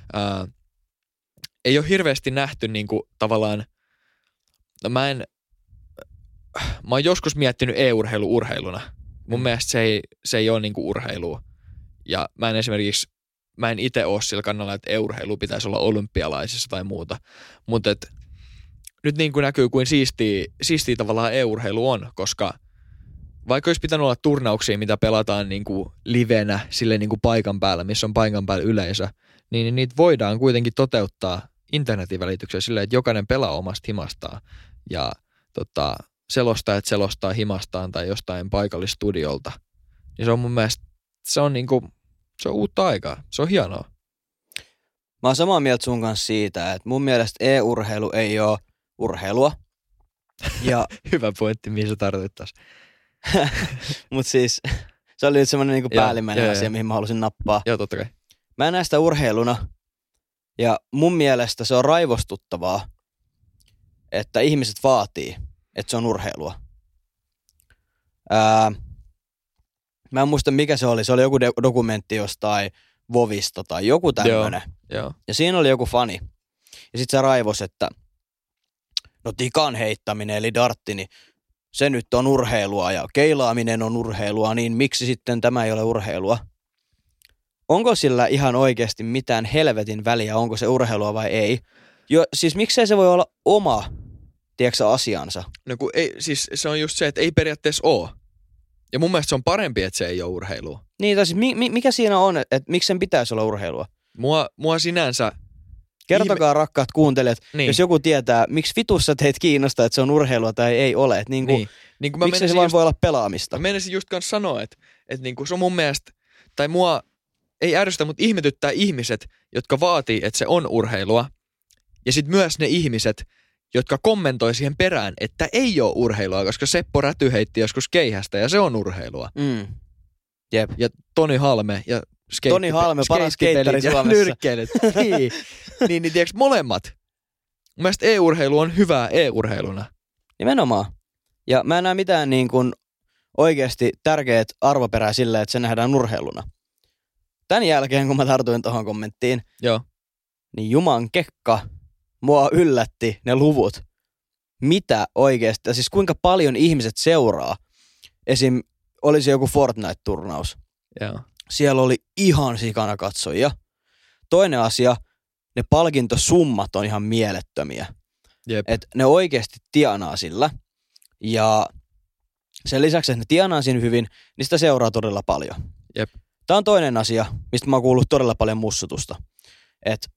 ei ole hirveästi nähty niin kuin tavallaan. No mä oon joskus miettinyt e-urheilu urheiluna. Mun mielestä se ei ole niinku urheilua. Ja mä en itse ole sillä kannalla, että e-urheilu pitäisi olla olympialaisissa tai muuta. Mutta nyt niin kuin näkyy, kuin siistiä tavallaan e-urheilu on, koska vaikka olisi pitänyt olla turnauksia, mitä pelataan niinku livenä sille niinku paikan päällä, missä on paikan päällä yleisö, niin niitä voidaan kuitenkin toteuttaa internetin välityksellä silleen, että jokainen pelaa omasta himastaan ja selostajat selostaa himastaan tai jostain paikallistudiolta. Niin se on mun mielestä, se on uutta aikaa. Se on hienoa. Mä oon samaa mieltä sun kanssa siitä, että mun mielestä e-urheilu ei ole urheilua. Ja hyvä pointti, mihin sä tartuit taas. Mut siis se oli nyt semmoinen niinku päällimmäinen asia, mihin mä halusin nappaa. Joo, totta kai. Mä näen sitä urheiluna. Ja mun mielestä se on raivostuttavaa, että ihmiset vaatii, että se on urheilua. Mä en muista mikä se oli. Se oli joku dokumentti jostain Vovista tai joku tämmönen. Joo. Ja siinä oli joku fani. Ja sit se raivos, että no tikan heittäminen eli dartti, niin se nyt on urheilua ja keilaaminen on urheilua, niin miksi sitten tämä ei ole urheilua? Onko sillä ihan oikeasti mitään helvetin väliä, onko se urheilua vai ei? Siis miksei se voi olla oma, tiedätkö, asiansa? No kun ei, siis se on just se, että ei periaatteessa ole. Ja mun mielestä se on parempi, että se ei ole urheilua. Niin, tai siis mikä siinä on, että miksi sen pitäisi olla urheilua? Mua sinänsä. Kertokaa rakkaat kuuntelijat, jos joku tietää, miksi vitussa teitä kiinnostaa, että se on urheilua tai ei ole. Että miksi se vaan voi olla pelaamista? Mä menisin just kanssa sanoa, että se on mun mielestä, tai mua ei ärsytä, mutta ihmetyttää ihmiset, jotka vaatii, että se on urheilua. Ja sitten myös ne ihmiset, jotka kommentoi siihen perään, että ei ole urheilua, koska Seppo Räty heitti joskus keihästä ja se on urheilua. Jep. Ja Toni Halme ja Toni Halme, paras skeittari Suomessa. Nyrkkeilyt. niin tiedätkö, molemmat. Mun mielestä e-urheilu on hyvää e-urheiluna. Nimenomaan. Ja mä en näe mitään niin kuin oikeasti tärkeät arvoperää sille, että se nähdään urheiluna. Tän jälkeen, kun mä tartuin tohon kommenttiin, niin juman kekka, mua yllätti ne luvut. Mitä oikeasti, siis kuinka paljon ihmiset seuraa. Esim. Olisi joku Fortnite-turnaus. Joo. Siellä oli ihan sikana katsojia. Toinen asia, ne palkintosummat on ihan mielettömiä. Jep. Et ne oikeasti tienaa sillä. Ja sen lisäksi, että ne tienaa siinä hyvin, niin sitä seuraa todella paljon. Jep. Tämä on toinen asia, mistä mä oon kuullut todella paljon mussutusta. Että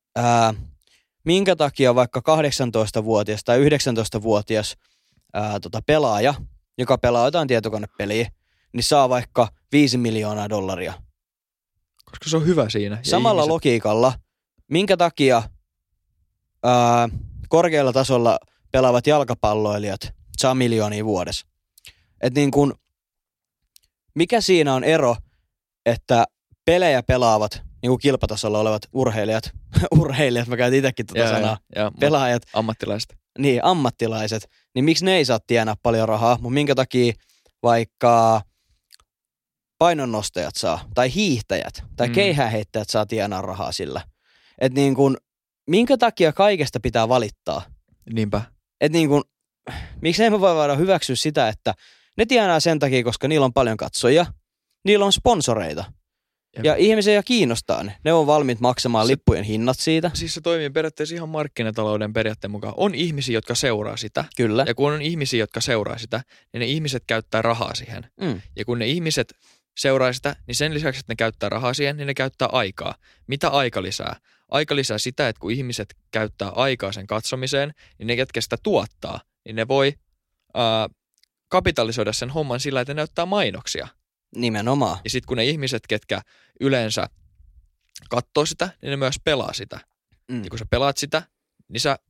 minkä takia vaikka 18-vuotias tai 19-vuotias pelaaja, joka pelaa jotain tietokonepeliä, niin saa vaikka $5 miljoonaa. Koska se on hyvä siinä. Samalla logiikalla, minkä takia korkealla tasolla pelaavat jalkapalloilijat saa miljoonia vuodessa. Et niin kun, mikä siinä on ero, että pelejä pelaavat niin kuin kilpatasolla olevat urheilijat, mä käytin itsekin sanaa, pelaajat. Ammattilaiset. Niin, ammattilaiset. Niin miksi ne ei saa tienaa paljon rahaa, mutta minkä takia vaikka painonnostajat saa, tai hiihtäjät, tai keihäänheittäjät saa tienaa rahaa sillä. Että niin kun, minkä takia kaikesta pitää valittaa? Niinpä. Että niin kun, miksi emme voi voida hyväksyä sitä, että ne tienaa sen takia, koska niillä on paljon katsojia, niillä on sponsoreita. Jep. Ja ihmisiä kiinnostaa ne. Ne on valmiit maksamaan lippujen hinnat siitä. Siis se toimii periaatteessa ihan markkinatalouden periaatteen mukaan. On ihmisiä, jotka seuraa sitä. Kyllä. Ja kun on ihmisiä, jotka seuraa sitä, niin ne ihmiset käyttää rahaa siihen. Ja kun ne ihmiset seuraa sitä, niin sen lisäksi, että ne käyttää rahaa siihen, niin ne käyttää aikaa. Mitä aika lisää? Aika lisää sitä, että kun ihmiset käyttää aikaa sen katsomiseen, niin ne, ketkä sitä tuottaa, niin ne voi kapitalisoida sen homman sillä, että ne näyttää mainoksia. Nimenomaan. Ja sitten kun ne ihmiset, ketkä yleensä katsoo sitä, niin ne myös pelaa sitä. Ja kun sä pelaat sitä, niin sä,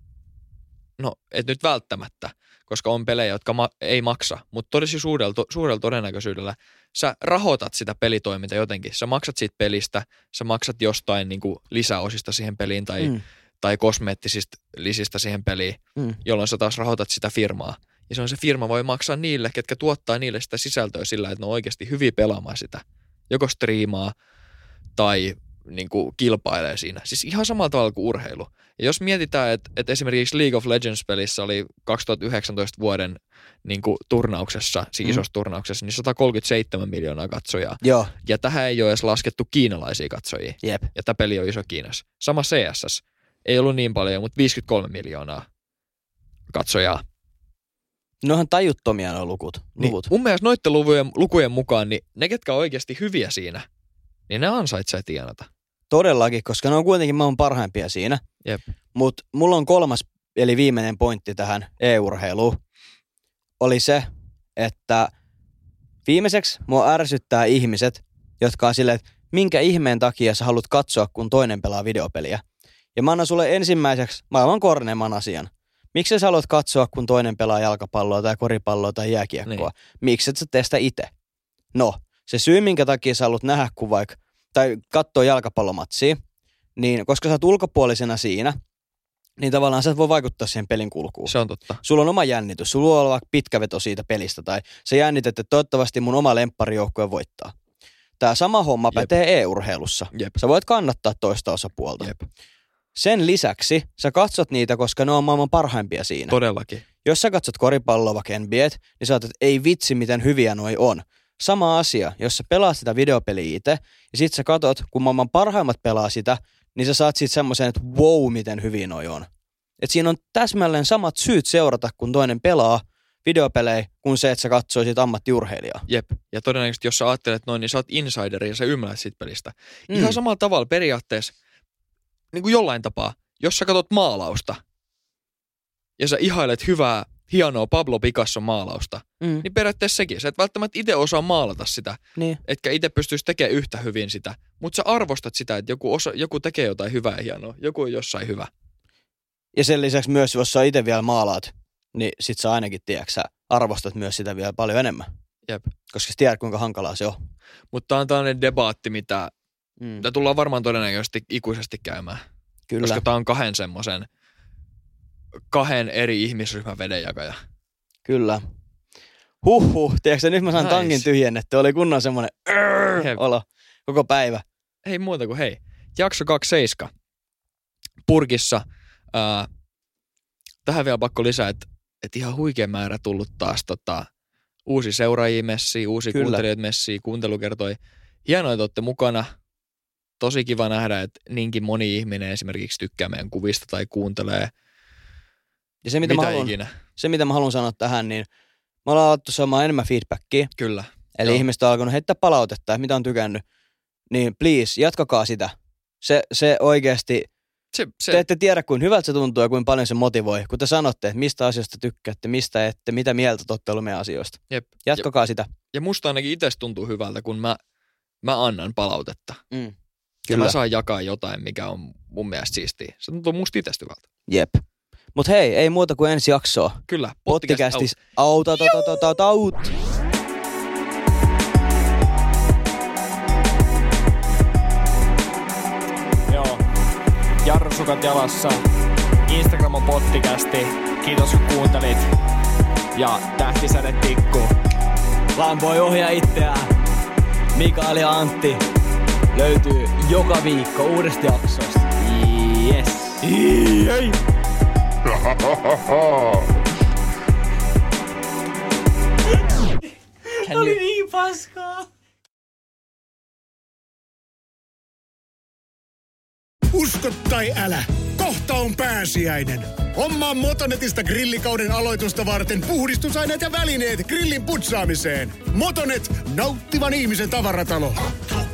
et nyt välttämättä, koska on pelejä, jotka ei maksa, mutta todella suurella todennäköisyydellä sä rahoitat sitä pelitoimintaa jotenkin. Sä maksat siitä pelistä, sä maksat jostain niin kuin lisäosista siihen peliin tai kosmeettisista lisistä siihen peliin, jolloin sä taas rahoitat sitä firmaa. Ja se firma voi maksaa niille, ketkä tuottaa niille sitä sisältöä sillä, että ne on oikeasti hyviä pelaamaan sitä. Joko striimaa tai niin kuin kilpailee siinä. Siis ihan samalla tavalla kuin urheilu. Ja jos mietitään, että esimerkiksi League of Legends-pelissä oli 2019 vuoden niin kuin turnauksessa, siis isossa turnauksessa, niin 137 miljoonaa katsojaa. Joo. Ja tähän ei ole edes laskettu kiinalaisia katsojia. Jep. Ja tämä peli on iso Kiinassa. Sama CSS. Ei ollut niin paljon, mutta 53 miljoonaa katsojaa. Ne onhan tajuttomia nuo luvut. Niin, mun mielestä noitten lukujen mukaan, niin ne, ketkä on oikeasti hyviä siinä, niin ne ansaitsee tienata. Todellakin, koska ne on kuitenkin maailman parhaimpia siinä. Mutta mulla on kolmas, eli viimeinen pointti tähän e-urheiluun, oli se, että viimeiseksi mua ärsyttää ihmiset, jotka on silleen, että minkä ihmeen takia sä haluat katsoa, kun toinen pelaa videopeliä. Ja mä annan sulle ensimmäiseksi maailman korneimman asian. Miksi sä haluat katsoa, kun toinen pelaa jalkapalloa tai koripalloa tai jääkiekkoa? Niin. Miksi et sä tee sitä itse? No, se syy, minkä takia sä haluat nähdä, kun vaikka, tai katsoa jalkapallomatsia, niin koska sä oot ulkopuolisena siinä, niin tavallaan sä et voi vaikuttaa siihen pelin kulkuun. Se on totta. Sulla on oma jännitys, sulla on vaikka pitkä veto siitä pelistä, tai sä jännität, että toivottavasti mun oma lempparijoukkue voittaa. Tää sama homma pätee e-urheilussa. Sä voit kannattaa toista osapuolta. Sen lisäksi sä katsot niitä, koska ne on maailman parhaimpia siinä. Todellakin. Jos sä katsot koripalloa, vaikka NBA, niin sä oot, että ei vitsi, miten hyviä noi on. Sama asia, jos sä pelaat sitä videopeliä itse, ja sit sä katot, kun maailman parhaimmat pelaa sitä, niin sä saat siitä semmoisen, että wow, miten hyviä noi on. Et siinä on täsmälleen samat syyt seurata, kun toinen pelaa videopelejä, kuin se, että sä katsoisit ammattiurheilijaa. Jep. Ja todennäköisesti, jos sä ajattelet noin, niin sä oot insideri ja sä ymmärrät siitä pelistä. Ihan samalla tavalla periaatteessa, niin kuin jollain tapaa, jos sä katot maalausta ja sä ihailet hyvää, hienoa Pablo Picasson maalausta, niin periaatteessa sekin. Sä et välttämättä itse osaa maalata sitä, etkä itse pystyisi tekemään yhtä hyvin sitä, mutta sä arvostat sitä, että joku tekee jotain hyvää ja hienoa, joku on jossain hyvä. Ja sen lisäksi myös, jos sä itse vielä maalaat, niin sit sä ainakin, tiedätkö, sä arvostat myös sitä vielä paljon enemmän. Jep. Koska sä tiedät, kuinka hankalaa se on. Mutta tää on tällainen debaatti, mitä tullaan varmaan todennäköisesti ikuisesti käymään. Kyllä. Koska tää on kahden eri ihmisryhmän vedenjakaja. Kyllä. Tiedätkö, nyt mä saan tangin tyhjennetty. Oli kunnon semmonen olo koko päivä. Ei muuta kuin hei. Jakso 27. Purkissa. Tähän vielä pakko lisää, että ihan huikea määrä tullut taas uusia seuraajia messiä, uusia kuuntelijoita messiä, kuuntelukertoi. Hienoa, että olette mukana. Tosi kiva nähdä, että niinkin moni ihminen esimerkiksi tykkää meidän kuvista tai kuuntelee. Ja se, mitä mä haluan sanoa tähän, niin me ollaan alettu saamaan enemmän feedbackia. Kyllä. Eli ihmiset on alkanut heittää palautetta, että mitä on tykännyt. Niin please, jatkakaa sitä. Se oikeasti, te ette tiedä, kuin hyvältä se tuntuu ja kuinka paljon se motivoi. Kun te sanotte, että mistä asioista tykkäätte, mistä ette, mitä mieltä te olette ollut meidän asioista. Jep. Jatkakaa sitä. Ja musta ainakin itse tuntuu hyvältä, kun mä annan palautetta. Ja mä saan jakaa jotain, mikä on mun mielestä siistiä. Se tuntuu musta itsestä hyvältä. Jep. Mut hei, ei muuta kuin ensi jaksoa. Kyllä. Pottikästis out. Joo. Jarrusukat jalassa. Instagram on pottikästi. Kiitos kun kuuntelit. Ja tähtisäde tikku. Lampoi ohjaa itseään. Mikael ja Antti löytyy joka viikko uudesta jaksosta. Yes. Ei. Oli niin paskaa. Usko tai älä, kohta on pääsiäinen. Hommaa Motonetista grillikauden aloitusta varten puhdistusaineet ja välineet grillin putsaamiseen. Motonet, nauttivan ihmisen tavaratalo.